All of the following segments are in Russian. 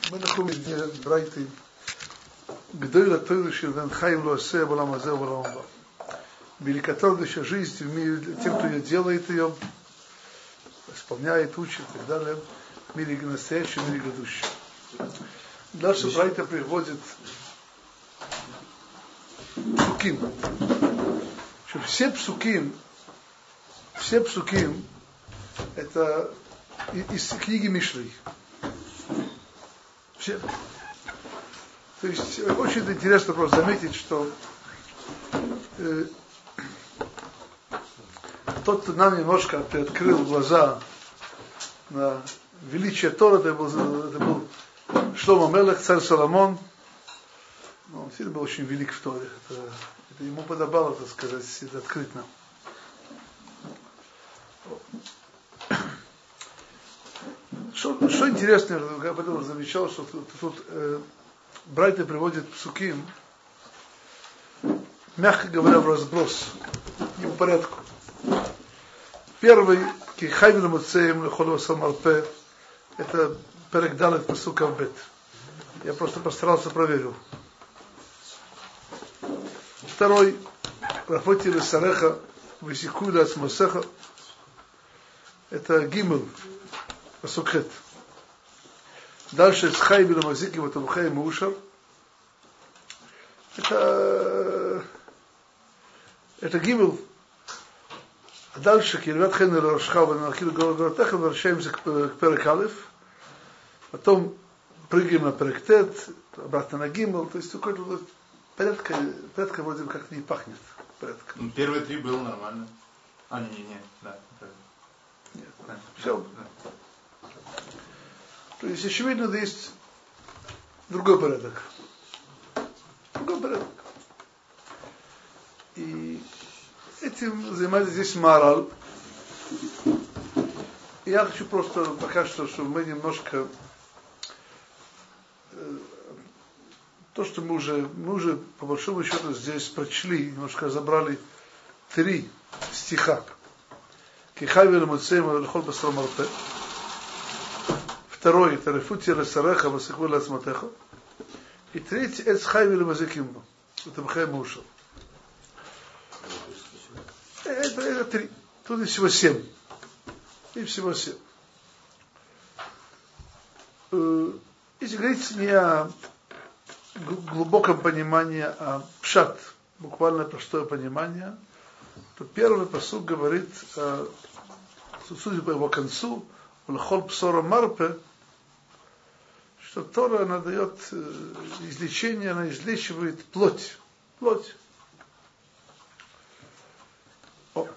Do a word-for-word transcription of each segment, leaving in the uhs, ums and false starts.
Мы находимся в Брайте Гдойла Тойла Ширден Хайм Лоасе Баламазе Баламаба. Великотворная жизнь в мире, тем, кто ее делает ее, исполняет, учит и так далее, в мире настоящем, в мире грядущем. Дальше Брайта приводит псуким. Что все псуким, все псуким, это из книги Мишлей. Все. То есть очень интересно просто заметить, что э, тот, кто нам немножко приоткрыл глаза на величие Тора, это был, это был Шломо Мелех, царь Соломон. Ну, он всегда был очень велик в Торе. Это, это ему подобало, так сказать, это открыть нам. Что, что интересно, я об этом замечал, что тут, тут э, Брайта приводит псуким, мягко говоря, в разброс, не по порядку. Первый, Кихайвил Муцеем Лехолова Самарпе, это Перек Далет Пасука Бет. Я просто постарался, проверил. Второй, Рафоти Лесареха, Висикуля Ацмасеха, это Гимл, Пасукхет. Дальше с Хайбилом Мазики Ватабухай Мушар. Это это Гимл. А дальше Кирват Хенер Рашхава на Ахилу Горотеха возвращаемся к, к Перек Алеф. Потом прыгаем на Перек Тет, обратно на Гимл. То есть какой-то порядка, порядка вроде бы как-то не пахнет. Порядка. Ну, первые три было нормально. А, не, не, не, да. Нет. Да. Все. Да. То есть, очевидно, да есть другой порядок. Другой порядок. И этим занимается здесь Марал. И я хочу просто пока что, чтобы мы немножко э, то, что мы уже, мы уже по большому счету здесь прочли, немножко разобрали три стиха. Кихайвел Муцеем Лехол Басар Марпе. Второй, это Рефути Лесареха Васиквел Ацматеха. И третий, Эц Хайвел Мазикимба. Это Бхай Мушал. Это, это три. Тут и всего семь. И всего семь. Если говорить не о глубоком понимании, а пшат, буквально простое понимание, то первый пасук говорит, судя по его концу, Лхол Псора Марпе, что Тора, она дает излечение, она излечивает плоть. Плоть. О.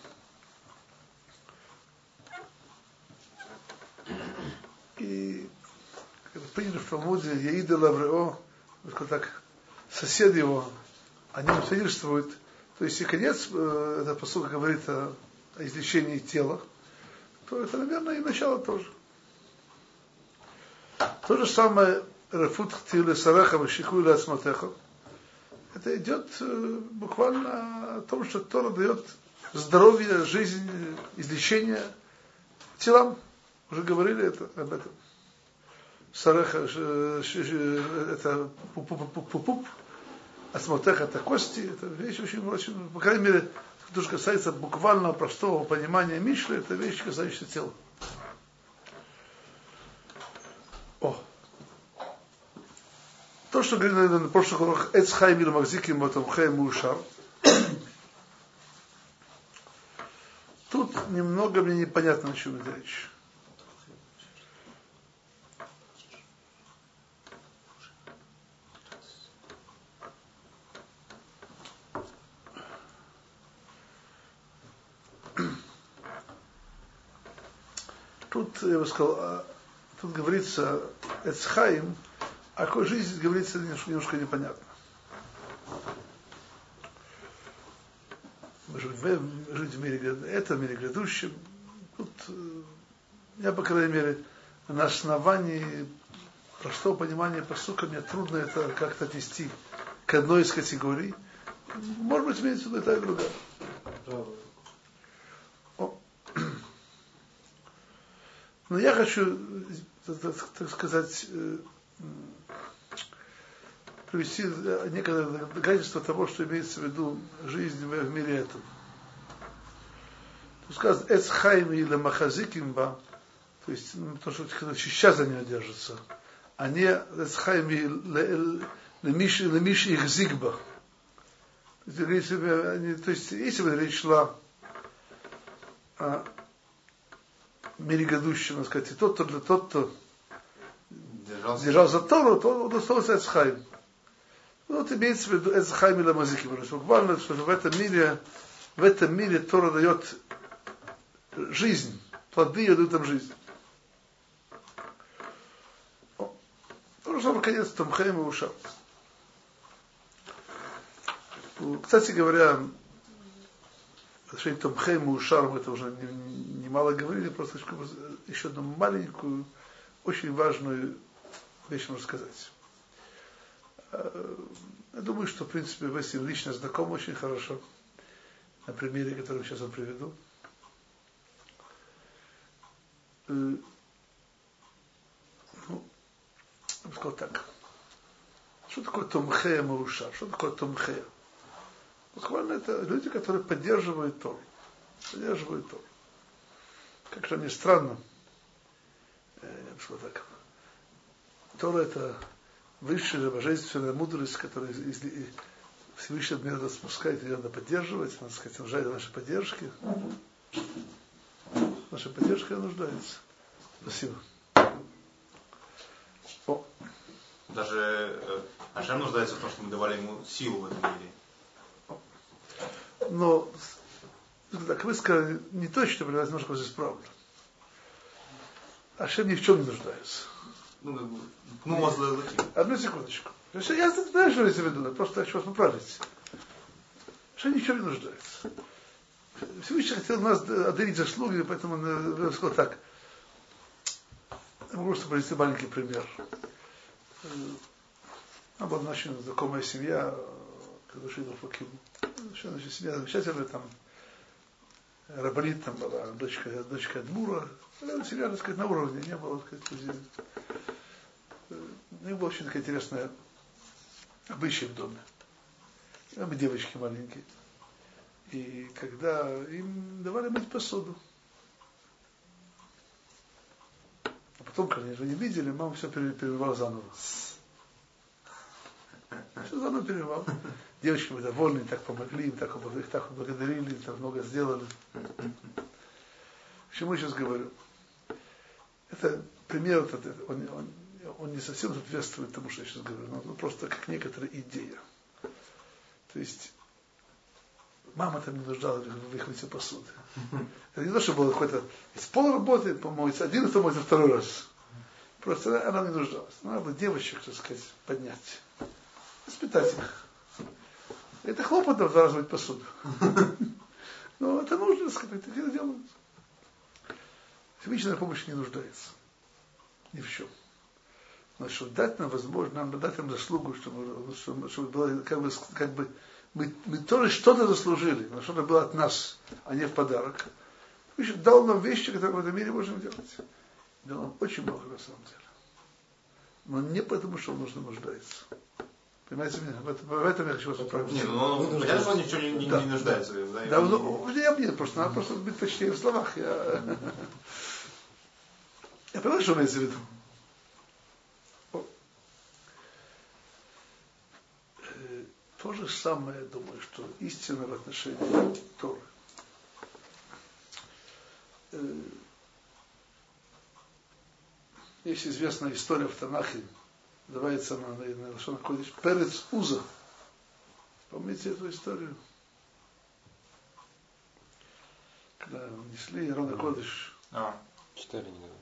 И как принято в Талмуде, Яида Лаврео, так, сосед его о нем свидетельствует. То есть и конец, это пасук говорит о, о излечении тела, то это, наверное, и начало тоже. То же самое Рефут Хтиле Сараха Вишихуля Ацматеха. Это идет э, буквально о том, что Тора дает здоровье, жизнь, излечение телам. Уже говорили это, об этом. Сараха это пуп-пуп-пуп-пуп. Ацматеха это кости. Это вещь очень, очень, по крайней мере, то, что касается буквально простого понимания Мишли, это вещь, касающаяся тела. О. То, что говорили на прошлых уроках, Эц Хайбил Махзиким Батамхай Мушар. Тут немного мне непонятно, о чем идет речь. Тут, я бы сказал, тут говорится Эцхайм, о какой жизни говорится немножко, немножко непонятно. Мы жить в мире, это в мире грядущем. Тут, я, по крайней мере, на основании простого понимания пасука мне трудно это как-то отнести к одной из категорий. Может быть, имеется в виду и та, и другая. Но я хочу, так сказать, привести некое доказательство того, что имеется в виду жизнь в мире этом. Тут сказано, эц хайм или махазикимба, то есть ну, то, что сейчас за него держится, а не эц хайм или лемиши их зигба. То есть, если бы речь шла о мире грядущем, так сказать, и тот, кто, тот, кто держался, держался за Тору, то он остался эцхайм. Вот имеется в виду эцхайм или мазиким. Буквально, что в этом мире, в этом мире Тора дает жизнь, плоды ее дают им жизнь. Ну, что, наконец, Томхейм и Ушар. Кстати говоря, в отношении Томхейм и Ушар мы это уже немало не говорили, просто еще одну маленькую, очень важную вещь можно сказать. Я думаю, что, в принципе, вы с ним лично знакомы очень хорошо, на примере, который сейчас вам приведу. Ну, я бы сказал так. Что такое Томхея Маушар? Что такое Томхея? Буквально это люди, которые поддерживают Тору. Поддерживают Тору. Как же мне странно, я бы сказал так. Тора это высшая божественная мудрость, которая Всевышний мир нас спускает, ее надо поддерживать, надо сказать, нуждается в нашей поддержке. Наша поддержка нуждается. Спасибо. О. Даже э, Ашем нуждается в том, что мы давали ему силу в этом мире. Но, так вы сказали, не точно, но я немножко здесь правда. Ашем ни в чем не нуждается. Ну, как бы, ну, вас одну секундочку. Я знаю, что имеется в виду, просто хочу вас поправить. Ашем ни в чем не нуждается. Всевышний хотел нас одарить заслуги, поэтому он сказал так. Я могу просто привести маленький пример. Там была очень знакомая семья, когда жили в Факиму. Значит, семья замечательная, там Рабанит там была, дочка, дочка Адмура. Семья, так сказать, на уровне, не было, так сказать, у них была очень такая интересная обычай в доме. Мы девочки маленькие. И когда им давали мыть посуду. А потом, когда они уже не видели, мама все перебивала заново. Все заново перебивала. Девочки были довольны, так помогли, им так, их так благодарили, так много сделали. К чему я сейчас говорю? Это пример, этот, он, он, он не совсем соответствует тому, что я сейчас говорю, но просто как некоторая идея. То есть мама там не нуждалась в их мытье посуды. Это не то, что было какой-то... Из пол работает, помоется один, кто моется второй раз. Просто она не нуждалась. Надо было девочек, так сказать, поднять. Воспитать их. Это хлопотно в два раза мыть посуду. Но это нужно, так сказать, это дело делают. Всевышняя помощь не нуждается. Ни в чем. Но чтобы дать нам возможность, нам дать нам заслугу, чтобы, чтобы, чтобы было как бы, как бы мы, мы тоже что-то заслужили, но что-то было от нас, а не в подарок. Всевышний дал нам вещи, которые в этом мире можем делать. Дал нам очень много на самом деле. Но не потому, что он нужно нуждается. Понимаете меня? В этом, в этом я хочу вас поправить. Нет, ну, ну понятно, что он ничего не, не, да. не нуждается. Да, да, ну, я нет, просто надо просто быть точнее в словах. Я, я понимаю, что имеется в виду. То же самое, я думаю, что истина в отношении Торы. Есть известная история в Танахе, называется она на Лашон ха-Койдеш Перец Уза. Помните эту историю? Когда несли Арон ха-Койдеш. А, читали недавно.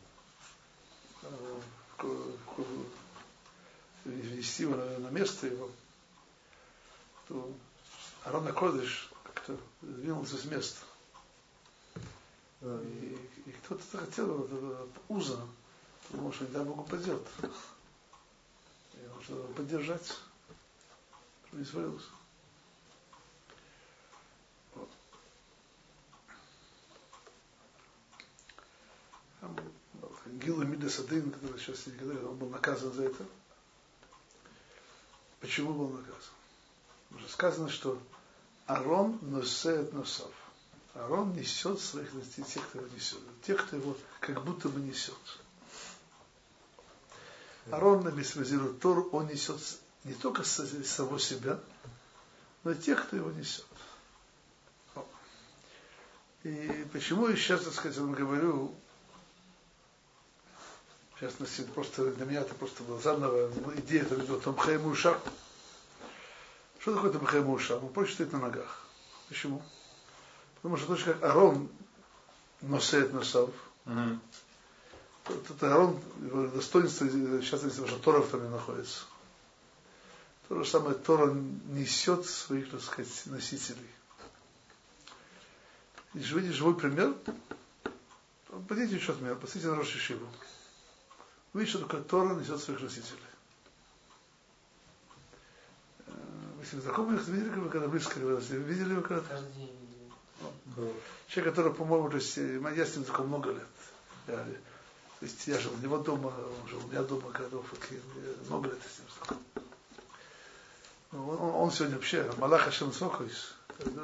Ввести его на, на место его, то Арон ха-Койдеш как-то двинулся с места. И, и кто-то хотел от Уза, потому что не дай Бог упадет. И он что поддержать, чтобы не свалился. Вот. Гилу Мидас Адин, который сейчас не говорил, он был наказан за это. Почему был наказан? Уже сказано, что Арон носеет носов. Арон несет своих детей, тех, кто его несет. Тех, кто его как будто бы несет. Арон намисмазирует Тору, он несет не только самого себя, но и тех, кто его несет. И почему я сейчас, так сказать, вам говорю, в частности, просто для меня это просто была заново идея, это видел Томхей Муша. Что такое Томхей Муша? Он проще стоит на ногах. Почему? Потому что точно как Арон носит носов, mm-hmm. это Арон, его достоинство, сейчас, если что Тора в Торе находится. То же самое Тора несет своих, так сказать, носителей. И видите живой пример. Пойдите еще от меня, посмотрите на Рош Ешиву. Вы видите, что такое Тора несет своих носителей. Вы с ним знакомы, видели, когда близко видели его когда-то? Каждый день видели. Человек, который, по-моему, то есть, я с ним знаком много лет. Я, то есть я жил у него дома, он жил у меня дома, когда он много лет с ним знаком. Он, он, он сегодня вообще Малах Ашем Сокойс.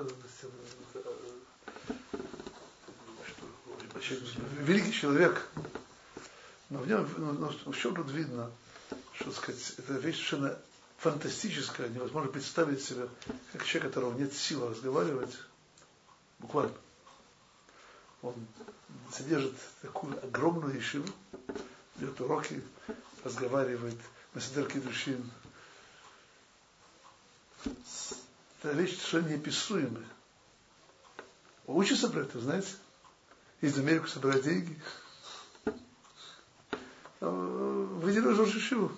Великий человек. Но в нем, но в чем тут видно, что сказать, это вещь совершенно фантастическая, невозможно представить себе, как человек, у которого нет сил разговаривать, буквально. Он содержит такую огромную ешиву, берет уроки, разговаривает, на седер кидушин. Это вещь совершенно неописуемая. Он учится про это, знаете? Ездит в Америку собирать деньги. Выделил Рош Ешиву.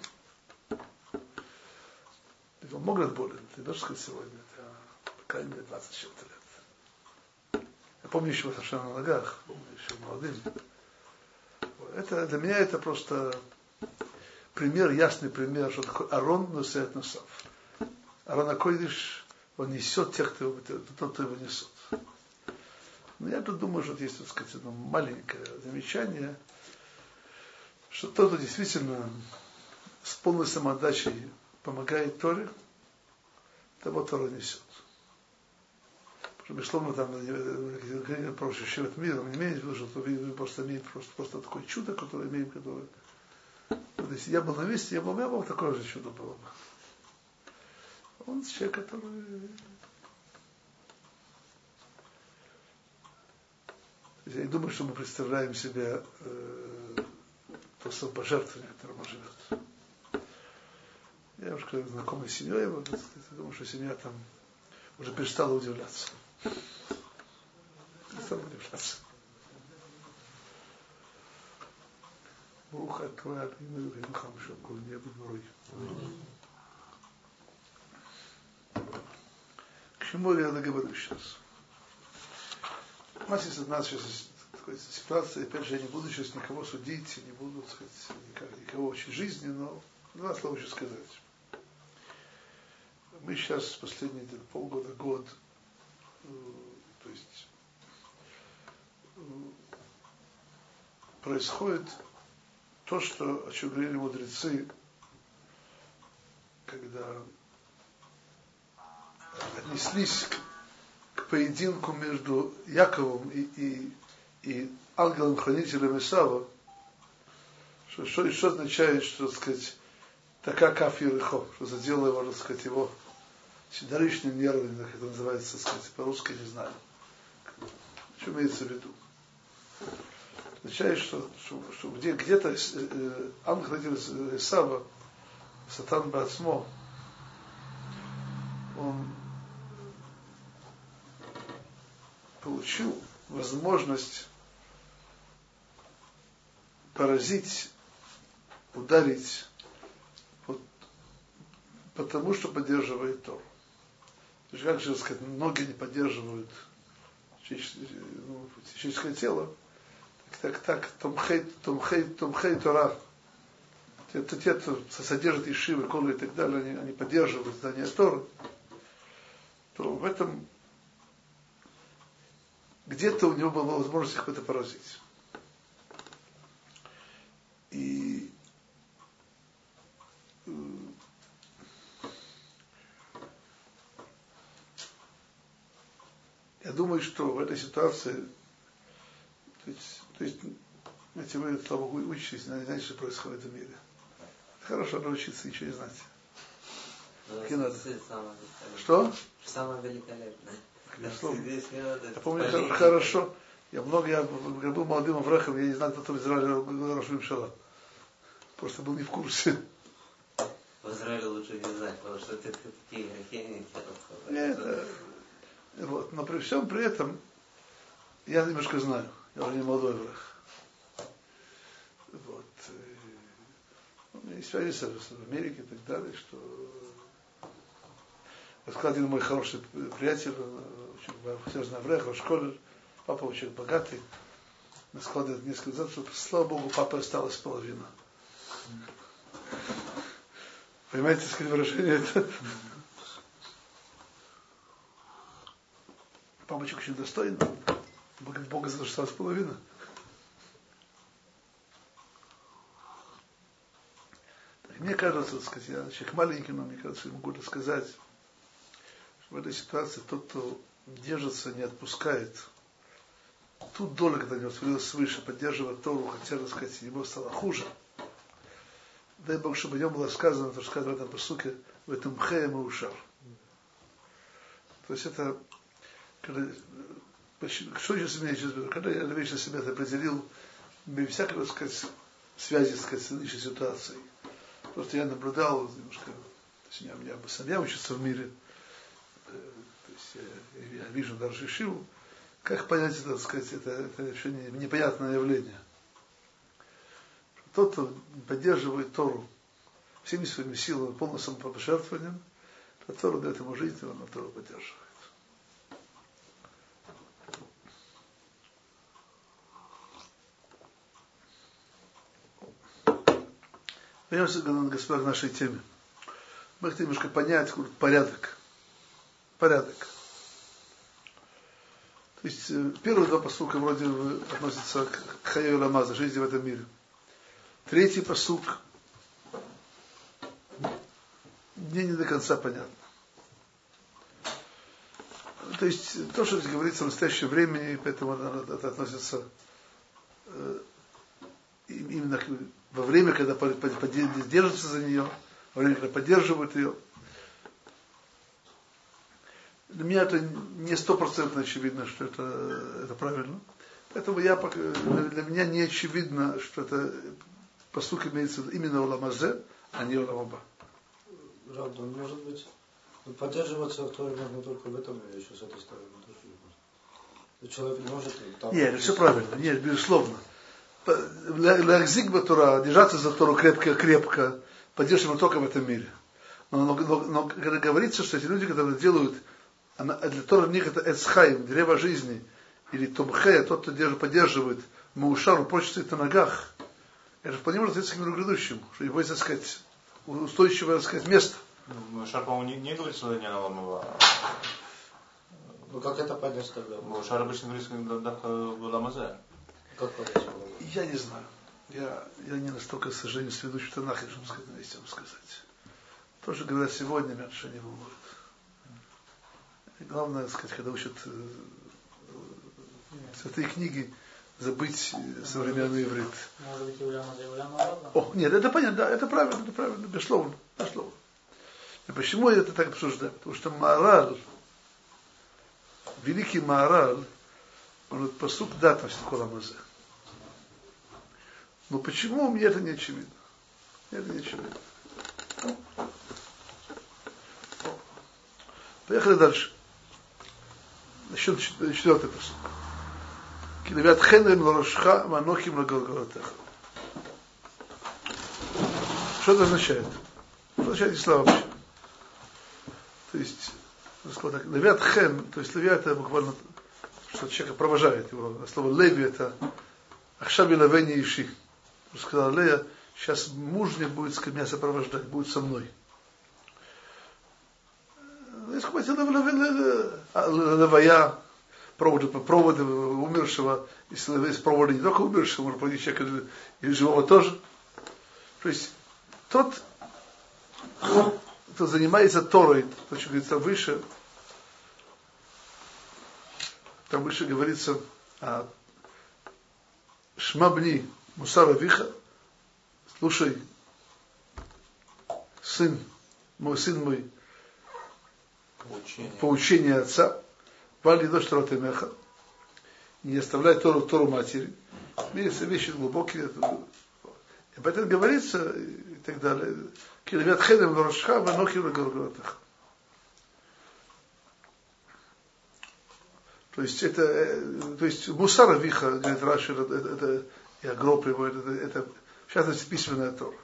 Он много лет болен. Ты должен сказать сегодня. Это, по крайней мере, двадцать чем-то лет. Я помню еще совершенно на ногах. Помню еще молодым. Это, для меня это просто пример, ясный пример, что такое Арон носит носов. Арон Акойдиш, он несет тех, кто его, тот, кто его несет. Но я тут думаю, что есть, так сказать, одно маленькое замечание, что тот, кто действительно с полной самоотдачей помогает Торе, того Тора несет. Потому что, безусловно, там, проще считать миром, не имеет в виду, что вы просто имеете просто, просто такое чудо, которое имеем, которое... Вот если я был на месте, я был, я был, такое же чудо было бы. Он человек, который... Я думаю, что мы представляем себе э, то самопожертвование, которым он живет. Я немножко знакомый с семьей его, я думаю, что семья там уже перестала удивляться. Перестала удивляться. Руха твоя, имя Вимхам, Шакуль, небо, Руй. К чему я договорю сейчас? У нас есть одна сейчас такая ситуация, опять же, я не буду сейчас никого судить, не буду, так сказать, никак, никого учить жизни, но два слова еще сказать. Мы сейчас последние полгода, год, э, то есть э, происходит то, что, о чем говорили мудрецы, когда отнеслись к поединку между Яковом и, и, и ангелом-хранителем Исава, что, что, что означает, что, так сказать, такая кафир ихо, что задело его, так сказать, его седалищные нервы, как это называется, так сказать, по-русски не знаю. Что имеется в виду? Означает, что, что, что где, где-то э, ангел-хранитель Исава, Сатан Бацмо, он получил возможность поразить, ударить, вот, потому что поддерживает Тору. То есть, как же сказать, ноги не поддерживают физическое тело, так, так, так, томхей, томхей, томхей Тора, те, те, кто содержат ишивы, колы и так далее, они, они поддерживают знание Торы, то в этом где-то у него была возможность их это поразить. И э, Я думаю, что в этой ситуации, то есть, то есть знаете, вы, слава Богу, учитесь, знаете, что происходит в мире. Хорошо научиться ничего не знать. Не надо. Что? Самое великолепное. Я помню, как хорошо. Я много, я, я был молодым аврахом, я не знал, кто там в Израиле Рош мемшела. Просто был не в курсе. В Израиле лучше не знать, потому что ты, ты такие грехи не Нет, э, вот. Но при всем при этом я немножко знаю. Я уже не молодой аврах. Вот. У меня есть связи с Америкой и так далее, что рассказал один мой хороший приятель, очень серьезный аврех, в школе, папа очень богатый, на складе несколько лет назад, что, слава Богу, папа осталась половина. Понимаете, сказать выражение это? Папа человек очень достойный, Бога за то, что осталась половина. Так, мне кажется, так сказать, я человек маленький, но мне кажется, я могу рассказать, что в этой ситуации тот, кто держится, не отпускает, тут долго, когда него свалилось свыше, поддерживает Тору, хотя, так сказать, ему стало хуже. Дай Бог, чтобы о нем было сказано, то, что сказано в этом посуке, в этом мхе маушар. То есть это, когда, что сейчас имею в виду, когда я вечно себя это определил, без всякой, так сказать, связи, так сказать, с нынешней ситуацией. Просто я наблюдал немножко, то есть я, я сам я учился в мире, то есть я, я вижу даже Шиву, как понять это, так сказать, это, это еще не, непонятное явление. Тот, кто поддерживает Тору всеми своими силами, полным самопожертвованием, то Тору дает ему жизнь, и он на Тору поддерживает. Вернемся, господа, к нашей теме. Мы хотим немножко понять порядок. Порядок. То есть первые два пасука вроде бы относятся к Хаю Ламаза, жизни в этом мире. Третий пасук мне не до конца понятно. То есть то, что здесь говорится в настоящее время, и поэтому это относится э, именно во время, когда держатся за нее, во время, когда поддерживают ее. Для меня это не стопроцентно очевидно, что это, это правильно. Поэтому я, для меня не очевидно, что это пасук имеется именно Олам Азе, а не Олам Аба. Правда, может быть, поддерживаться в Торе можно только в этом мире, еще с этой стороны тоже можно. Человек не может... Там, нет, все правильно, нет, безусловно. Лахзик Батура, держаться за Тору крепко-крепко, поддерживаем только в этом мире. Но, но, но, но когда говорится, что эти люди, которые делают, для Тора в них это Эцхайм, древо жизни, или Томхе, тот, кто держит, поддерживает Маушару, прочь стоит на ногах, это вполне может относиться к миру грядущему, что его, так сказать, устойчивое, так сказать, место. Маушар, по-моему, не, не говорит, что не Аламова. Ну как это понять тогда? Маушар обычно говорит, что в Ламазе. Как понять? Я не знаю. Я, я не настолько, к сожалению, сведущий в Танахе, чтобы сказать, на месте вам сказать. То, что говорят сегодня, меня совершенно не волнует. И главное, так сказать, когда учат э, святые книги, забыть современный иврит. Может быть, и уляма за уляма. О, нет, это понятно, да, это правильно, это правильно, безусловно, безусловно. И почему я это так обсуждаю? Потому что Маораль, великий Маораль, он этот пасук да относится к Олам Азе. Но почему мне это не очевидно? Мне это не очевидно. Поехали дальше. Начнем четвертый пасук. Килевят хенрем лорошха манохим лаголголотеха. Что это означает? Что означает эти слова вообще? То есть, так, левят хем, то есть левят это буквально, что человек провожает его. Слово леви это ахшаби лавени иши. Сказала Лея, сейчас муж мне будет меня сопровождать, будет со мной. Левая, проводы, проводы умершего, если есть проводы не только умершего, может проводить человека или живого тоже. То есть тот, кто занимается Торой, то, что говорится выше, там выше говорится о Шмабни Мусара Виха, слушай, сын, мой сын мой, Поучение. поучение отца, Вали дочь Тораты Меха, не оставляй Тору, Тору матери. Есть вещи глубокие. И об этом говорится и так далее. Килевят хедем ворошха, ванохи вагоргоротах. То есть это, то есть Мусара Виха, говорит Раши, это, это и Агро приводит, это, это в частности письменная Тора.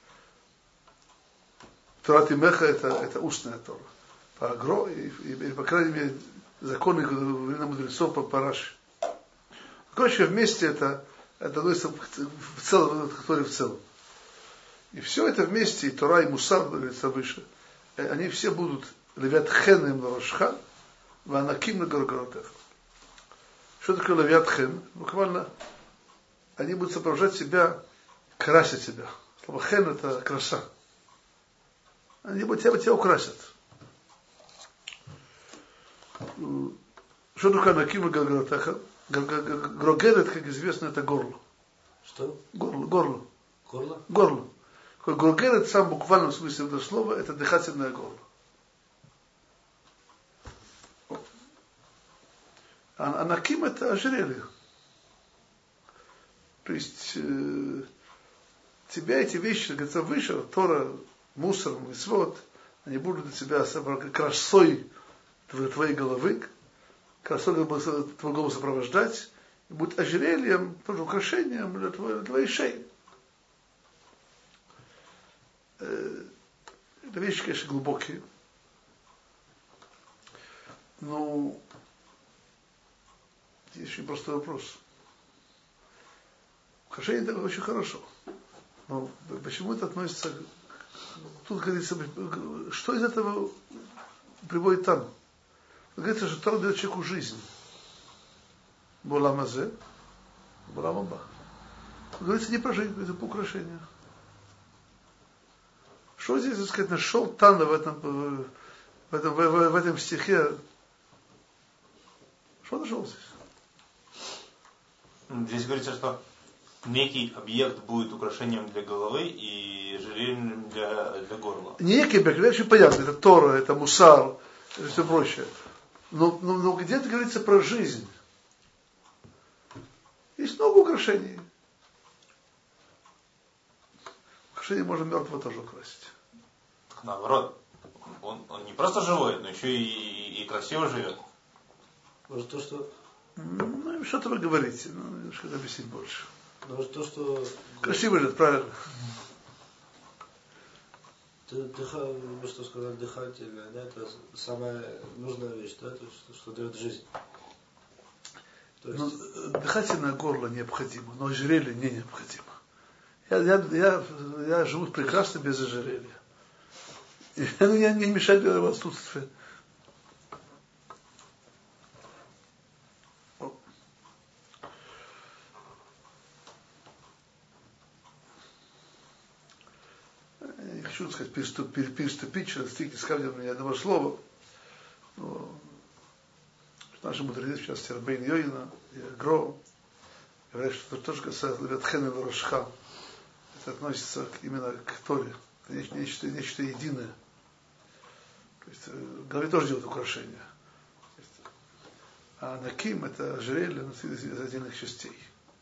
Торат и Меха это, это устная Тора. По Агро, и, и, и, по крайней мере, законы времена мудрецов по, по Раши. Короче, вместе это, это относится в целом, в Торе в целом. И все это вместе, и Тора, и Мусар, говорится выше, они все будут левят хеnem лорошха, ванаким на горгоротех. Что такое левят хен? Буквально они будут сопровождать себя, красить себя. Слово хен это краса. Они будут тебя, тебя украсят. Что такое наким на горгоротеха? Грогерет, как известно, это горло. Что? Горло, горло. Горло? Горло. Грогерет, в самом буквальном смысле этого слова, это дыхательное горло. А, а наким это ожерелье. То есть э, тебя эти вещи, говорится, выше, Тора, мусор, мисвот, они будут для тебя красой твоей головы, красой твоего голову сопровождать, и будет ожерельем, тоже украшением для твоей, для твоей шеи. Э, это вещи, конечно, глубокие. Но здесь очень простой вопрос. Украшение это очень хорошо. Но почему это относится... Тут говорится, что из этого приводит там? Говорится, что Тора дает человеку жизнь. Булам азе, булам аба. Говорится не про жизнь, говорится по украшению. Что здесь, так сказать, нашел Тана в этом, в этом, в, в этом стихе? Что нашел здесь? Здесь говорится, что некий объект будет украшением для головы и ожерельем для, для горла. Некий объект, это очень понятно, это Тора, это Мусар, и все прочее. Но, но, но где-то говорится про жизнь. Есть много украшений. Украшение можно мертвого тоже украсить. Так наоборот, он, он не просто живой, но еще и, и, и красиво живет. Может то, что... Ну, что-то вы говорите, ну, немножко объяснить больше. Может то, что... Красиво же, правильно. Дыха, вы что сказали, дыхательное, да, это самая нужная вещь, да, то, что, что дает жизнь. То есть... Ну, дыхательное горло необходимо, но ожерелье не необходимо. Я, я, я, я живу прекрасно без ожерелья. И оно не, не мешает в отсутствии. Я не хочу, так сказать, переступить, переступить через стихи, сказать ни одного слова. Но наши мудрецы, сейчас Тербейн Йойна и Агро, говорят, что это тоже касается Левятхена Ворошха. Это относится именно к Торе. Это нечто, нечто, нечто единое. То есть в голове тоже делают украшения. А наким это ожерелье из отдельных частей.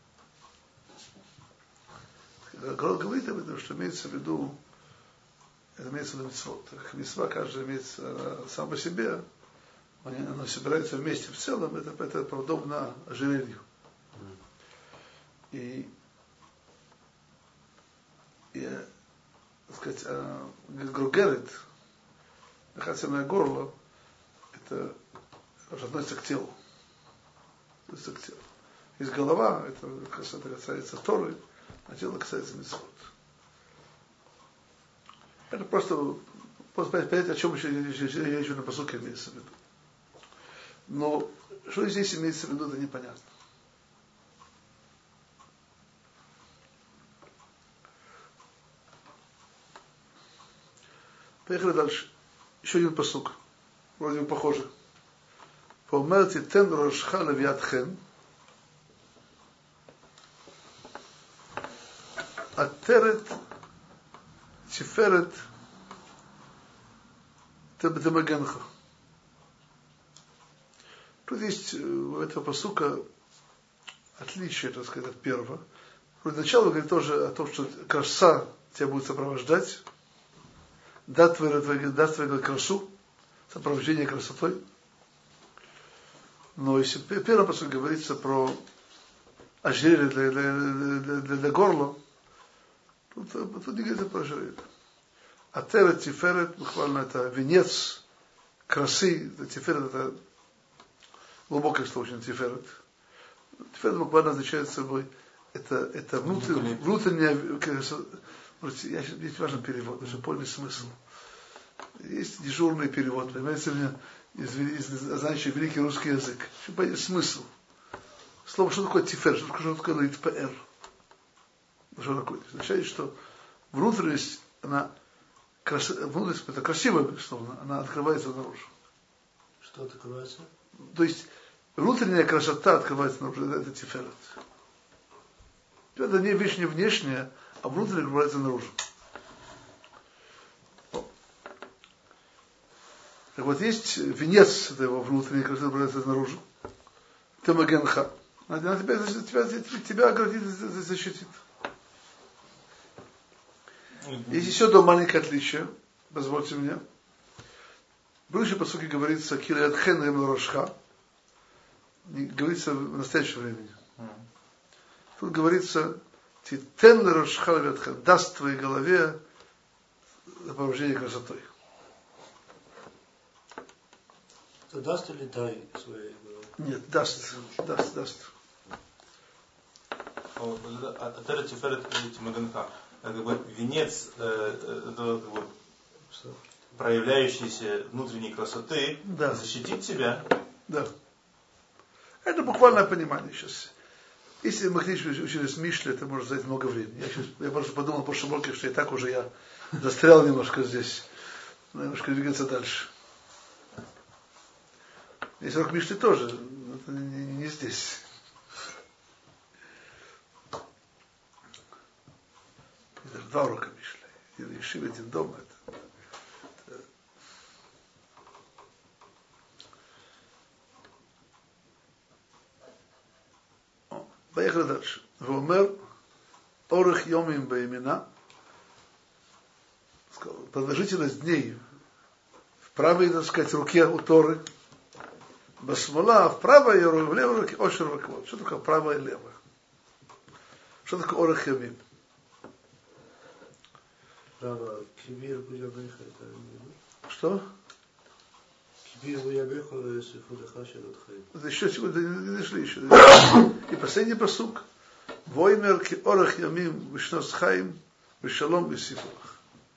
Агро говорит об этом, что имеется в виду, это имеется в виду мицвот. Как мицва, каждая имеется сам по себе, оно собирается вместе в целом, это, это подобно ожерелью. И, и так сказать, грогерет, дыхательное горло, это относится к телу. Относится к телу. Есть голова, это, это касается Торы, а тело касается мицвот. Это просто, просто понять, о чем еще я еще на посуке имеется в виду. Но что здесь имеется в виду, это непонятно. Поехали дальше. Еще один пасук. Вроде бы похоже. ואומר תיתן ראשך לבידכם, עטרת, תפארת, תמגנך. Тут есть у этого пасука отличие, так сказать, от первого. Начало говорит тоже о том, что краса тебя будет сопровождать, даст твою, даст твою красу, сопровождение красотой. Но если в первом пасуке говорится про ожерелье для, для, для, для, для горла, тут, тут не говорится про ожерелье. Атерет, тиферет, буквально это венец красы, тиферет это глубокое слово, тиферет. Тиферет буквально означает собой, это, это внутренняя, внутренняя, здесь важен перевод, даже полный смысл. Есть дежурный перевод, понимаете, у меня из, из, знающий великий русский язык. Смысл. Слово, что такое тифер, что такое, что такое литпэр? Что такое? Означает, что внутренность, она, крас, внутренность, это красивое, безусловно, она открывается наружу. Что открывается? То есть, внутренняя красота открывается наружу, это, это тиферет. Это не вещь не внешняя, а внутренняя открывается наружу. Так вот, есть венец этого внутренней красоты, открывается наружу. Темагенха. Она тебя, тебя, тебя оградит, защитит. Есть еще одно маленькое отличие, позвольте мне. В предыдущем пасуке говорится «Килиадхен рем рошха», говорится в настоящем времени. Тут говорится «Титен рошха левятхен», даст твоей голове сопровождение красотой. То даст или дай своей голове? Нет, даст, даст, даст. Атера тиферет тимагенха. Это как бы венец э, это, как бы, проявляющейся внутренней красоты, да. Защитит тебя. Да. Это буквальное понимание сейчас. Если мы учили с Мишлей, это может занять много времени. Я, сейчас, я просто подумал в прошлом уроке, что и так уже я застрял немножко здесь. Немножко двигаться дальше. Есть урок Мишли тоже, это не, не здесь. Это два урока Мишли. Или Ешива один дома. Это, это... О, поехали дальше. Вомер Орех Йомим Баимина. Продолжительность дней в правой, так сказать, руке у Торы. Басмола, в правой и в левой руке Ошер Ваквот. Что такое правая и левая? Что такое Орех Йомим? Право, кибир буябеха, это что? Кибир буябеха, сифудаха шелотхай. Это еще сегодня не дошли еще. И последний пасук. Воймер ки Орех Йомим вишнос хаим вишалом висифурах.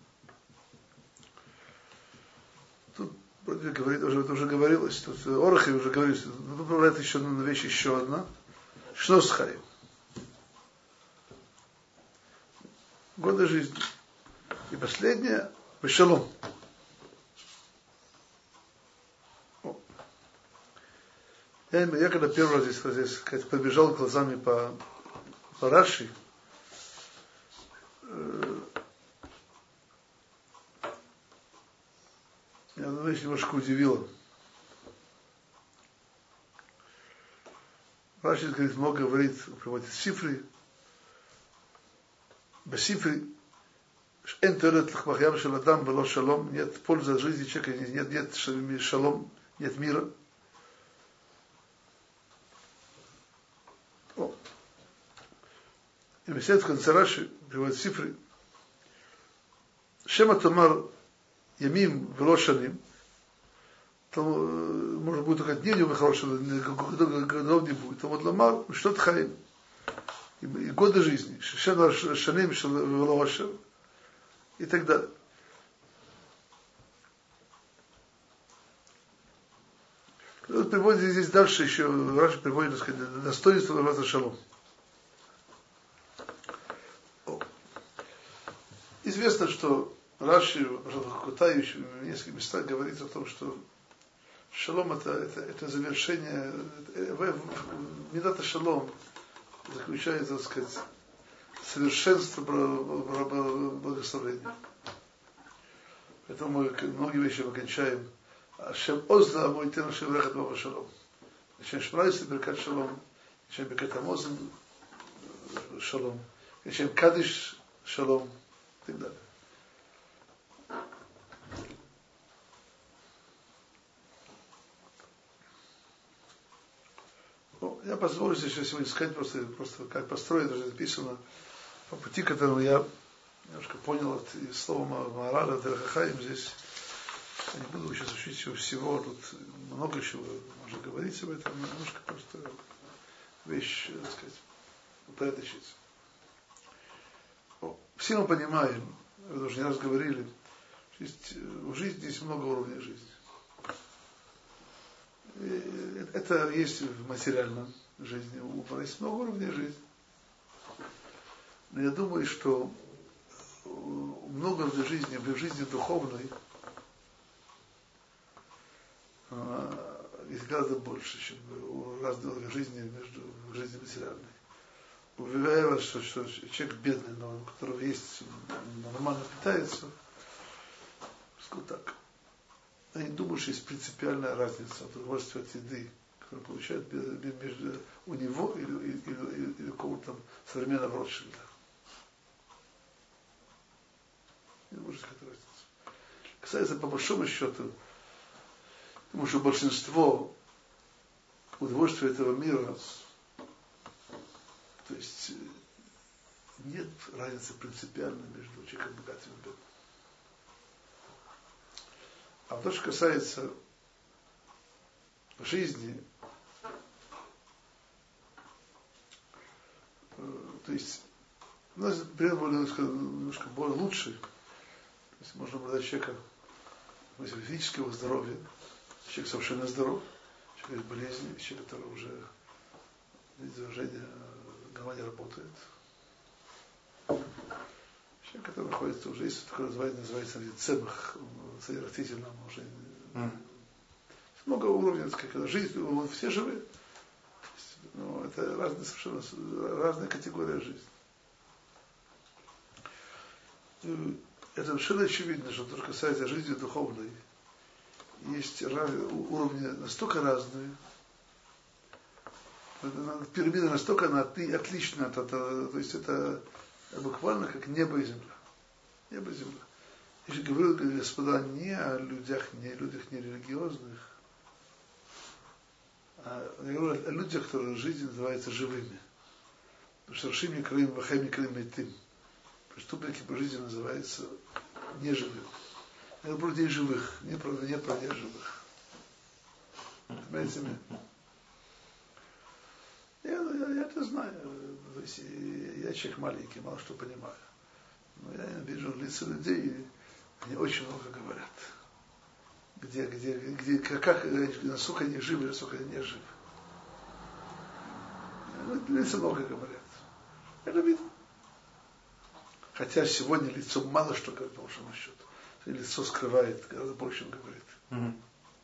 Тут вроде говорит, уже, это уже говорилось, тут Орахи уже говорилось, но поправляет еще на вещь еще одна. Шнос хаим. Годы жизни. И последнее, вишалом. Я, я когда первый раз здесь, здесь как побежал глазами по, по Раши, э, меня одна вещь немножко удивила. Раши, говорит, много говорит, приводит сифры, бесифры, нет пользы от жизни человека, нет, нет шалом, нет мира. О. И беседа в конце Раши приводит цифры. Шема Тамар Ямим Велошаним, там, может быть, только дней не хорошего, годов не будет. Там вот Ламар, что-то хаим. И годы жизни. Шена Шаним Велошер. И так далее. Вот приводит здесь дальше еще, Раши приводит, так сказать, достоинство называется шалом. Известно, что Раши, Кутай, еще в нескольких местах говорится о том, что Шалом это, это, это завершение, медата шалом заключается, так сказать, совершенство благословения. Поэтому мы многие вещи мы кончаем. Ашем озна мой тен ашем рехат бава шалом. Ашем шмрайс беркат шалом. Ашем беркат амозен шалом. Ашем кадиш шалом. И так далее. Ну, я позволю здесь сегодня сказать просто, просто как построить, даже написано по пути, которому я немножко понял от слова Маораля, Дерахахаим здесь. Я не буду сейчас учить его всего, тут много чего можно говорить об этом, но немножко просто вещь, так сказать, упорядочить. Все мы понимаем, вы уже не раз говорили, что есть, в жизни есть много уровней жизни. И это есть в материальном жизни, у есть много уровней жизни. Но я думаю, что много в жизни, в жизни духовной есть гораздо больше, чем у разных уровней жизни между в жизни материальной. Уверяю вас, что, что человек бедный, но у которого есть, нормально питается, скажу так, я не думаю, что есть принципиальная разница от удовольствия от еды, которую получает между у него или, или, или, или у кого-то там современного Ротшильда. Не думаю, что есть какая-то разница. Кстати, по большому счету, потому что большинство удовольствия этого мира, то есть нет разницы принципиальной между человеком богатым и бедным. А то, что касается жизни, то есть у нас пример более, немножко, немножко более лучший. То есть можно брать человека в физического здоровья, человек совершенно здоров, человек с болезнью, человек, который уже движение голова не работает. Человек, который находится уже, есть такое называется, называется цемах, растительном уже. Mm. Много уровней, как жизнь, вот, все живые. Но это разные совершенно разные категории жизни. Это совершенно очевидно, что то, что касается жизни духовной, есть уровни настолько разные, пирамида настолько она отлична, то, то, то есть это буквально как небо и земля. Небо и земля. Я же говорю, господа, не о людях, не о людях нерелигиозных, а я говорю о людях, которые жизнь называется живыми. Потому что Рашим Микраим, Вахай Микраим Мейтим. Преступники по жизни называются неживыми. Я говорю про людей живых, не про, не про неживых. Понимаете меня? Я, я, я это знаю. То есть, я человек маленький, мало что понимаю. Но я вижу лица людей, они очень много говорят. Где, где, где, как, насколько они живы, насколько они не живы. Лица много говорят. Это видно. Хотя сегодня лицо мало что говорит, по большому счету. Лицо скрывает гораздо больше, чем говорит. Mm-hmm.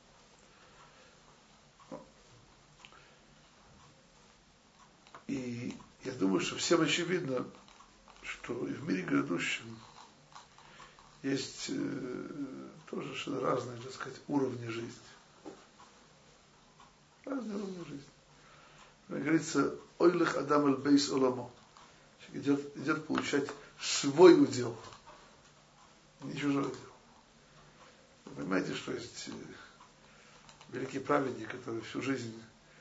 И я думаю, что всем очевидно, что и в мире грядущем есть э, тоже что разные, так сказать, уровни жизни. Разные уровни жизни. Как говорится, ойлых адам аль бейс оламо. Идет, идет получать свой удел, не чужой удел. Вы понимаете, что есть великий праведник, который всю жизнь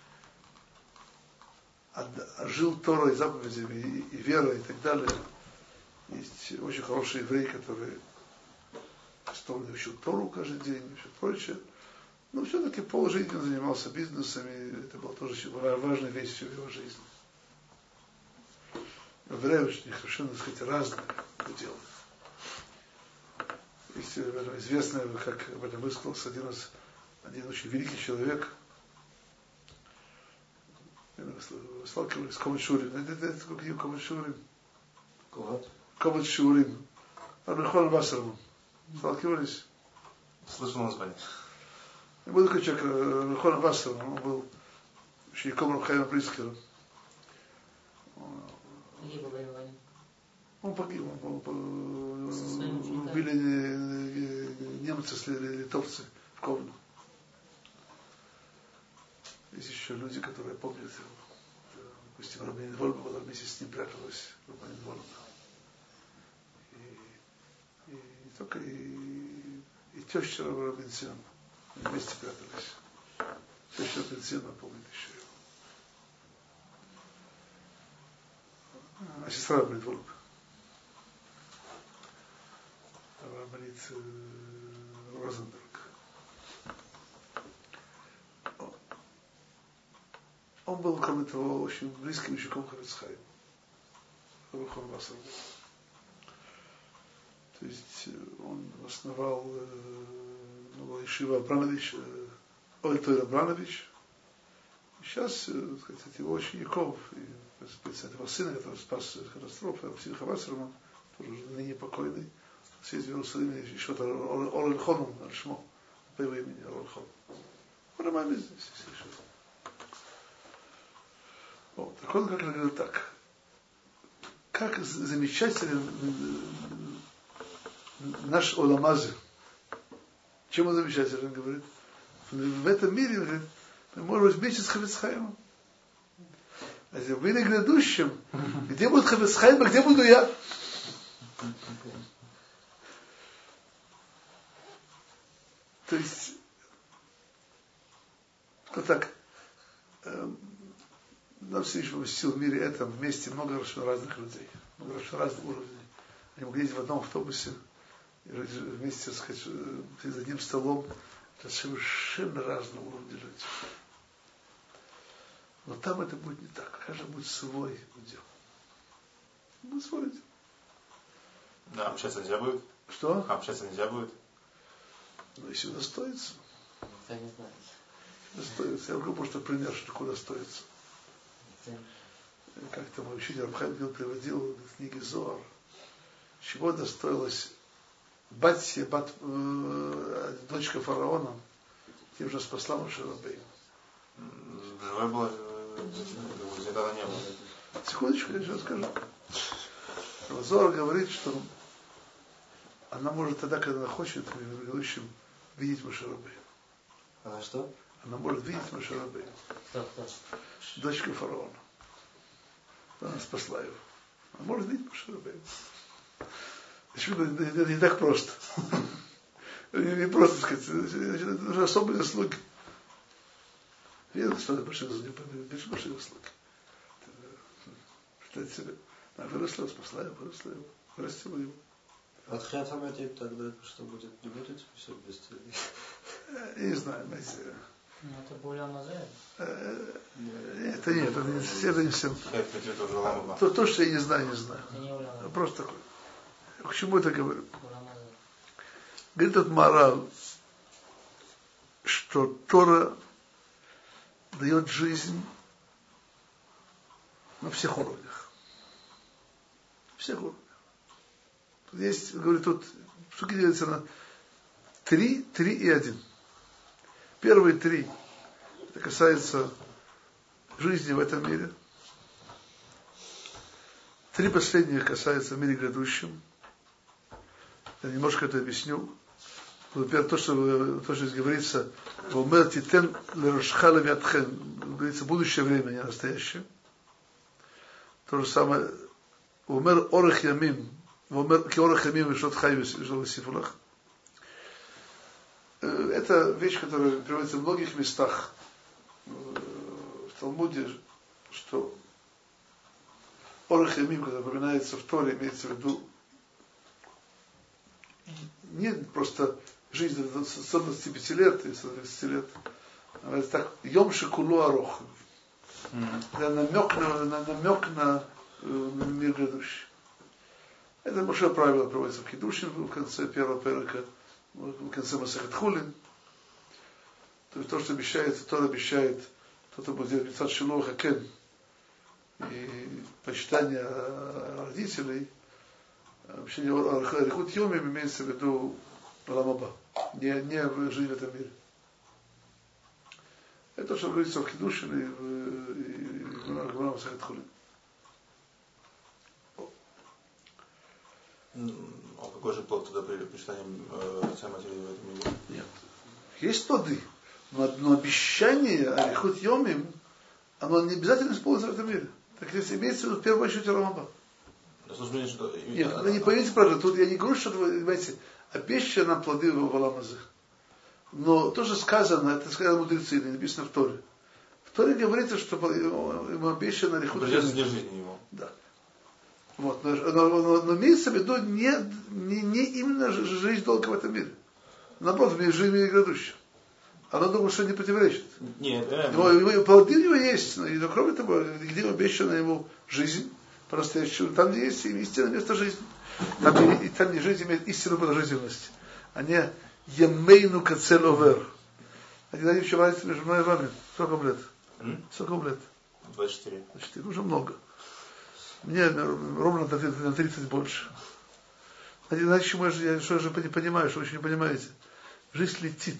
жил Торой, заповедями и, и верой и так далее. Есть очень хороший еврей, который постоянно учил Тору каждый день и все прочее. Но все-таки полжизни он занимался бизнесом, и это была тоже важная вещь всей его жизни. Я уверяю, что у них совершенно, так сказать, разные удела. Есть в этом известно, как об этом высказался один, раз, один очень великий человек. Сталкивались с Коват Шурим. Это, это какие Коват Шурим? Коват? Коват Шурим. Арбихон Басарман. Сталкивались? Слышал название. Был такой человек, Рахон Вассер, он был учеником Рабхаима Прискера. Погиб во время войны. Он погиб, он, он, убили немцы, литовцы в Ковну. Есть еще люди, которые помнят его. Допустим, Рабанит Вольба была вместе с ним, пряталась Рабанит Вольба. И, и не только и, и теща Рабинсиана вместе прятались. Теща Рабинсиана помнит еще его. А сестра Рабанит Вольба. Рабанит Розенберг. Он был, кроме того, очень близким учеником Хафец Хаима. Рахон Вассер. То есть он основал ну, Ишива Абранович, Ольтойр Абранович. И сейчас, так сказать, его учеников, и специально его сына, который спас катастрофу, Симха Вассерман, тоже уже ныне покойный, сидит в Иерусалиме, еще Орел Хоном, Альшмо, по его имени Орел Хон. Он и маме здесь еще. Вот. Так он как говорил так. Как замечателен наш Оламазе. Чем он замечателен, говорит? В этом мире, говорит, мы можем быть вместе с Хафец Хаимом. А в мире грядущем, где будет Хафец Хаим, а где буду я? То есть, вот так, нам Всевышний поместил в мире этом вместе много разных людей, много разных уровней. Они могли ездить в одном автобусе, и вместе, так сказать, за одним столом. Это совершенно разные уровни людей. Но там это будет не так. Каждый будет свой удел. Будет свой удел. Да, общаться нельзя будет? Что? Общаться нельзя будет? Ну, если удостоится. Никто не знает. Удостоится. Я говорю, просто пример, что такое удостоится. Как-то мой учитель Рабхайм приводил в книге Зоар, чего достоилась Батсия, бат, э, дочка фараона, тем же спасла Моше Рабейну. Живой была, тогда не было. Секундочку, я сейчас скажу. Зоар говорит, что она может тогда, когда она хочет, в грядущем, видеть Моше Рабейну. Она что? Она может видеть Моше Рабейну. Кто, кто? Дочка фараона. Она спасла его. Она может видеть Моше Рабейну. Это не так просто. Не просто сказать. Это уже особые заслуги. Видно, что это большие заслуги. Большие, большие заслуги. Представьте себе. Она выросла, спасла его, выросла его, вырастила его. От Хиатамати тогда что будет? Не будет все без цели? Я не знаю, знаете. Ну, это Буля Мазаев. Это нет, это не, это не все. То, то, что я не знаю, не знаю. Это не Уля Мазаев. Просто такое. К чему это говорю? Буля Мазаев. Говорит этот мораль, что Тора дает жизнь на всех уровнях. Всех уровнях. Тут есть, говорит, тут штуки делятся на три, три и один. Первые три, это касается жизни в этом мире. Три последних касаются мира грядущем. Я немножко это объясню. Во-первых, то, что, то, что здесь говорится, «Вомер титен лерошха левиатхен», говорится, будущее время, не настоящее. То же самое, «Вомер орех ямим», «Вомер ки орех ямим вишот хай висифулах». Это вещь, которая приводится в многих местах в Талмуде, что орех ямим, когда упоминается в Торе, имеется в виду не просто жизнь до ста двадцати пяти лет и ста тридцати лет, а это так, йом шекулу арох. Это намек на, на, намек на, на мир грядущий. Это большое правило проводится в Хидушин в конце первого перека, в конце Масехет Хулин. То есть то, что обещает, Тора обещает, кто-то будет делать мицват шилуах хакен и почитание родителей. Вообще Арихут Йомим имеется в виду Ламаба, не, не жизнь в этом мире. Это то, что говорится в Хидушине и в Гмара Масехет Хулин. А какой же плод тогда при почитании э, отца и матери в этом мире? Нет. Есть плоды, но, но обещание Арихут Йомим, оно не обязательно исполнится в этом мире. Так если имеется в виду в первую очередь Рамаба. Что... Нет, вы не поймите правильно, тут я не говорю, что вы, понимаете, обещано нам плоды в Аламазе. Но тоже сказано, это сказано мудрецы, это написано в Торе. В Торе говорится, что ему обещано Арихут Йомим. Придется жизни ему. Да. Вот. Но, но, но, но имеется в виду не, не, не именно жизнь долго в этом мире. Наоборот, в жизни мире грядущем. Она думает, что не противоречит. Нет, э, его, его, плоды у него есть, но, но кроме того, где обещана ему жизнь, по-настоящему, там, где есть истинное место жизни. Там, и, там, где жизнь имеет истинную продолжительность. А не емейну кацель овер. Один один еще разница между мной и вами. Сколько вам лет? М? Сколько вам лет? двадцать четыре. двадцать четыре. Уже много. Мне ровно на тридцать больше. Иначе мы же, я что же не понимаю, что вы еще не понимаете. Жизнь летит.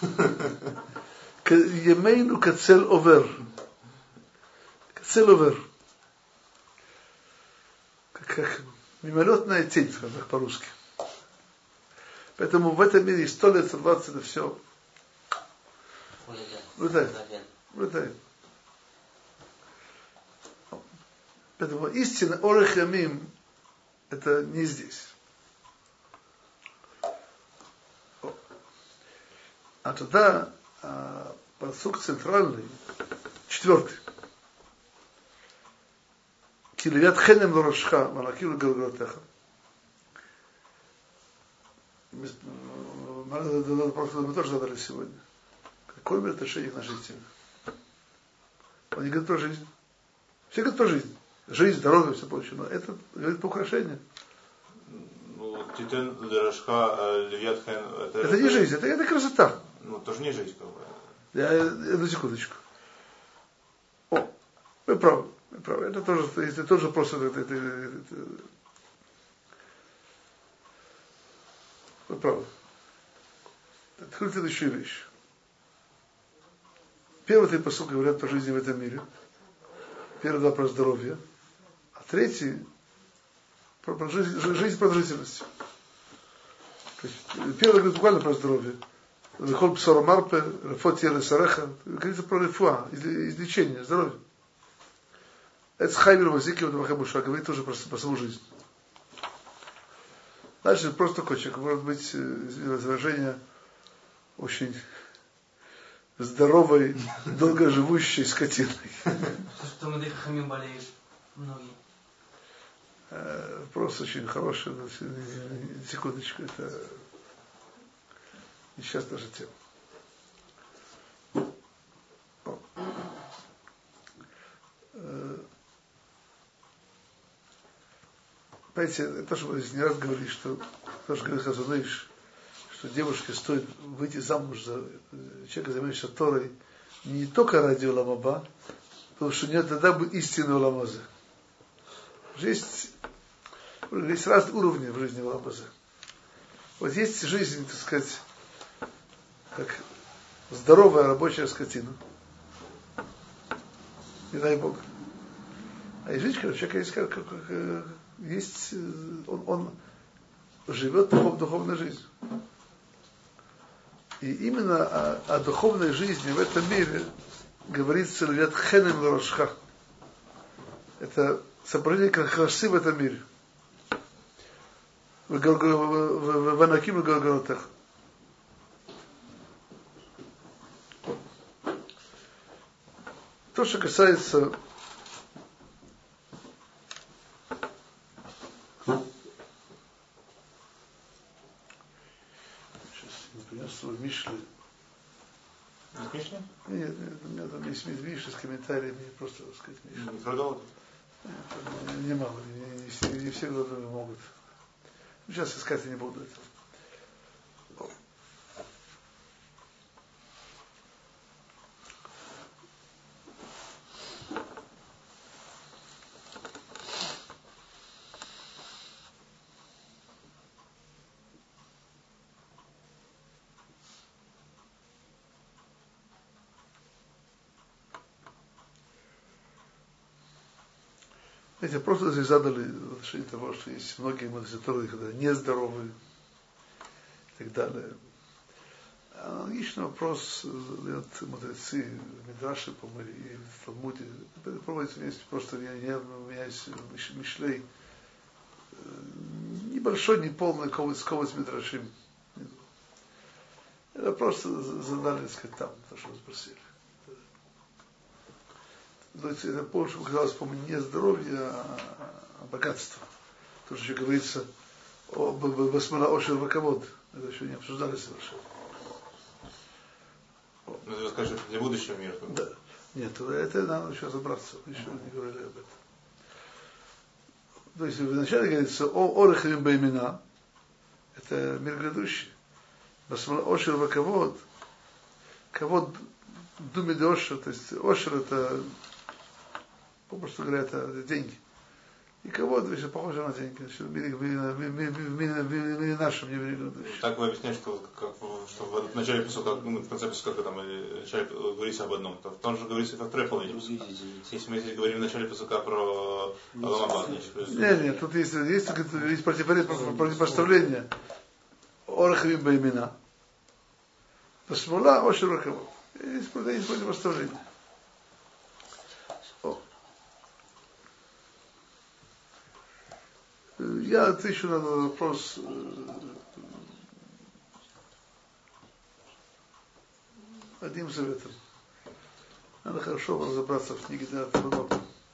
Емейну кацель овер. Кацель овер. Как мимолетная тень, скажем так по-русски. Поэтому в этом мире сто лет, сто двадцать, это все. Улетает. Улетает. Поэтому истина Орех Ямим это не здесь. А тогда а, пасук центральный, четвертый. Килият хенем лорошха, малакилу галгалатеха. Мы тоже задали сегодня. Какое имеет отношение к нашей теме? Он не говорит про жизнь. Все говорят про жизнь. Жизнь, здоровье, все прочее. Но это говорит по украшению. Ну, титен, лорошха, левиат хен. Это, это не жизнь, это, это красота. Ну, тоже не жизнь, как бы. Я, одну секундочку. О, вы правы, вы правы. Это тоже, это тоже просто... Это, это, это, вы правы. Это следующая вещь. Первый три посылки говорят про жизнь в этом мире. Первый два про здоровье. А третий про, про жизнь, жизнь продолжительности. Первый говорит буквально про здоровье. Захол псора марпе, рефотия лесареха. Говорится про рефуа, излечение, здоровье. Это хайвер вазики, вот Махабуша говорит тоже про, про саму жизнь. Дальше просто такой человек, может быть, выражение очень здоровой, долгоживущей скотиной. Что мы дыхами болеют многие. Вопрос очень хороший. Секундочку, это не сейчас даже тема. Понимаете, то, что мы здесь не раз говорили, что то, что говорит Хазуныш, что девушке стоит выйти замуж за человека, занимающегося Торой, не только ради Уламаба, потому что нет тогда бы истинного Уламаза. Есть, есть разные уровни в жизни Уламаза. Вот есть жизнь, так сказать, как здоровая рабочая скотина. Не дай Бог. А есть жизнь, когда человек есть, как, как, как, есть он, он живет духов, духовной жизнью. И именно о, о духовной жизни в этом мире говорится львят хенем лорошха. Это соображение красы в этом мире. В Анаким и Галгалатах. То, что касается в Мишле. Мишли? Нет, нет, у меня там есть Мишли с комментариями, просто сказать Мишли. Не продал? Не, не могу, не, не, все, не все глаза могут. Сейчас искать я не буду этого. Эти просто здесь задали в отношении того, что есть многие мудрецы, которые нездоровы и так далее. Аналогичный вопрос задают мудрецы в Мидраше, по-моему, и в Талмуде. Это проводится вместе, просто я, я, у меня есть Мишлей, небольшой, не полный ковец, ковец Мидрашим. Это просто задали, так сказать, там, то, что вы спросили. То есть это больше показалось, по-моему, не здоровье, а, а богатство. То, что еще говорится о Басмала Ошер Ваковод. Это еще не обсуждали совершенно. Ну, ты скажешь, это для будущего мира. Да. Нет, это надо еще разобраться. Еще не говорили об этом. То есть вначале говорится о Орехим Баймина. Это мир грядущий. Басмала Ошер Ваковод. Ковод Думи де Ошер. То есть Ошер это, попросту говоря, это деньги. И кого-то еще похоже на деньги. В мире, в мире, в мире, в мире нашем, не в мире грядущем. Так вы объясняете, что, как, что в начале писука, ну, в конце писука, там, в начале говорится об одном, то в том же говорится и во второй половине. Если мы здесь говорим в начале писука про Аламабад, нет, нет, тут есть, есть, есть противопоставление. Орахавим Баймина. Басмула Ошер Ваковод. Есть противопоставление. Я отвечу на вопрос одним советом. Надо хорошо разобраться в книге Дат Ванот.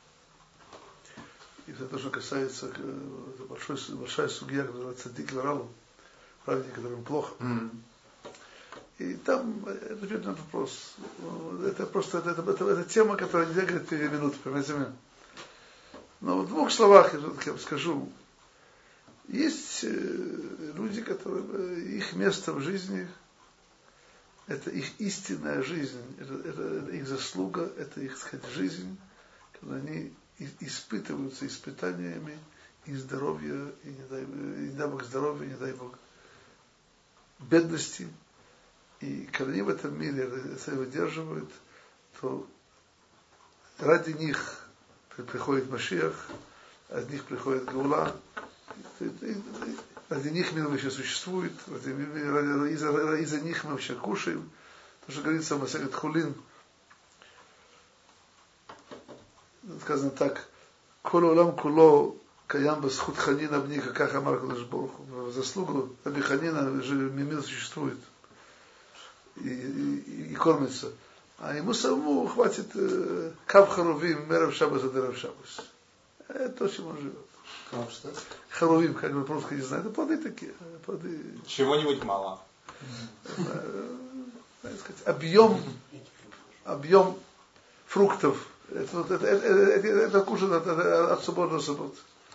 И это то, что касается большой, большая судья, которая называется Цадик Ларалу, праведник, которому плохо. Mm. И там ответ на этот вопрос. Это просто это, это, это, это тема, которая нельзя говорить три минуты, понимаете меня? Но в двух словах я скажу. Есть люди, которые, их место в жизни, это их истинная жизнь, это, это, это их заслуга, это их, так сказать, жизнь, когда они испытываются испытаниями и здоровья, и не дай, и не дай Бог здоровья, не дай Бог бедности. И когда они в этом мире это выдерживают, то ради них приходит Машиах, от них приходит Гаула, ради них мир вообще существует, из-за, из-за них мы вообще кушаем. То, что говорится в Масехет Хулин, сказано так: «Кол олам куло каям бесхут ханина бни, как амар кадош барух ху». В заслугу Раби Ханина мир существует и, и, и кормится. А ему самому хватит э, кав харувим, мерав шабас, адерав шабас. Это то, чем он живет. Кав что? Харувим, как бы по-русски не знаю, это плоды такие. Плоды. Чего-нибудь мало. Так сказать, объем, объем фруктов. Это, это, это, это, это кушать от, от субботы до субботы.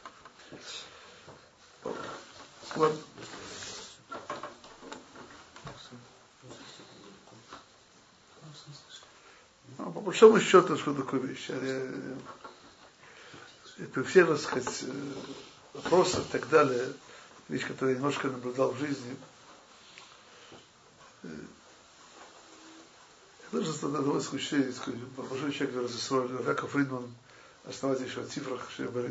Вот. Ну, по большому счету, что такое вещь. При всех, так сказать, вопросах и так далее, вещь, которую я немножко наблюдал в жизни, я тоже задавал исключение, большой человек, который Яков Фридман, основатель еще о цифрах, что я говорю.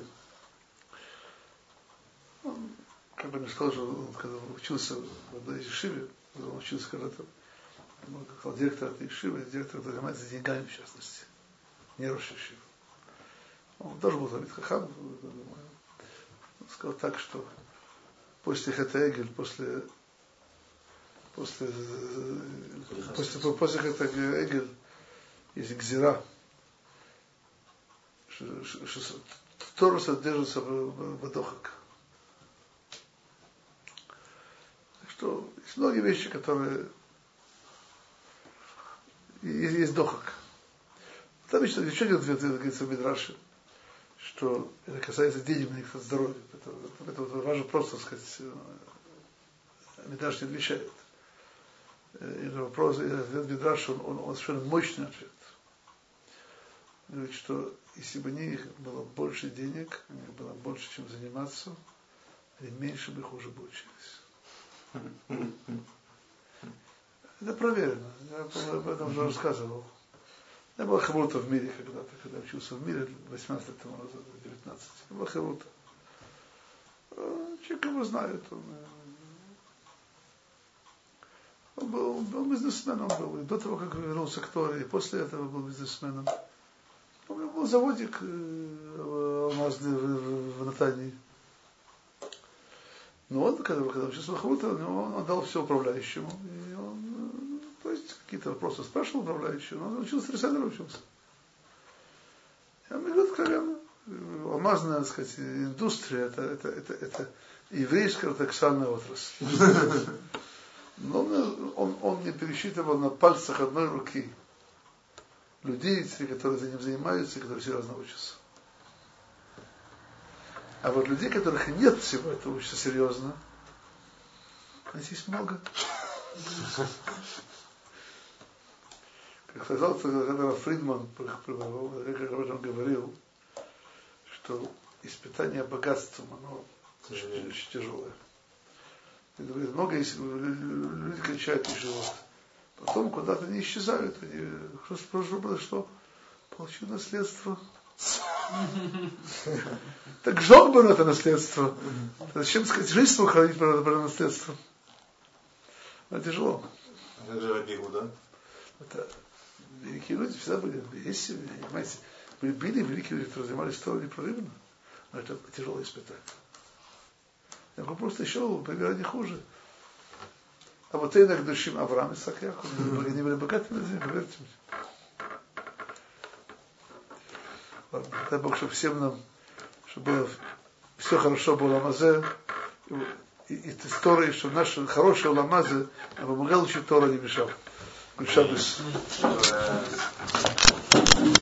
Он как бы мне сказал, что он, когда учился в одной ешиве, он учился когда-то, он сказал, директор этой ешивы, директор, который занимается деньгами, в частности, не Рош ешива. Он тоже был Талмид Хахам, он сказал так, что после Хета Эгель, после после после, после Хета Эгель есть гзира, что, что, что Тора содержится в Бадохак. Так что есть многие вещи, которые есть, есть дохак. Там еще ничего не говорится в Мидраше, что это касается денег, их здоровья. Это, это, это важно просто сказать, Мидраш не отвечает. Это вопрос, ответ Мидраша, он, он, он совершенно мощный ответ. Он говорит, что если бы у них было больше денег, у них было больше чем заниматься, они меньше бы хуже бы учились. Это проверено. Я об этом уже рассказывал. Я была хаврута в мире когда-то, когда учился в мире, восемнадцать лет тому назад, девятнадцать. Я была хаврута. Человек его знает, он, он, был, он был бизнесменом, был. И до того, как вернулся к Торе, и после этого был бизнесменом. У него был заводик алмазный в, в, в Натании. Но он, когда, когда учился в хаврута, он отдал все управляющему. И он, то есть, какие-то вопросы спрашивал управляющего, но он учился, Рисайдер учился. Я говорю, откровенно. Алмазная, так сказать, индустрия, это, это, это, это еврейская ортодоксальная отрасль. Но он, он, он не пересчитывал на пальцах одной руки людей, которые за ним занимаются, и которые серьезно учатся. А вот людей, которых нет всего этого, учатся серьезно, знаете, есть много. Как сказал когда Фридман, как об этом говорил, что испытание богатством, оно очень, очень тяжелое. И говорит, много есть, люди кончают и живут. Потом куда-то они исчезают. Они, что, что? Получу наследство. Так жалко бы на это наследство. Зачем, сказать, жизнь свою хранить про наследство? Это тяжело. Это же Рабигу, да? Это великие люди всегда были, есть, понимаете, были великие люди, которые занимались Торой непрерывно, но это тяжелое испытание. Я могу просто еще примерно не хуже. А вот иногда душим Авраам и Исаак Яков, они были богатыми людьми, поверьте мне. Ладно, дай Бог, чтобы всем нам, чтобы было, все хорошо было Ламазе, и, и, и Тора, и чтобы наш хороший Ламазе помогал учить Тору, не мешал. Мешал бы.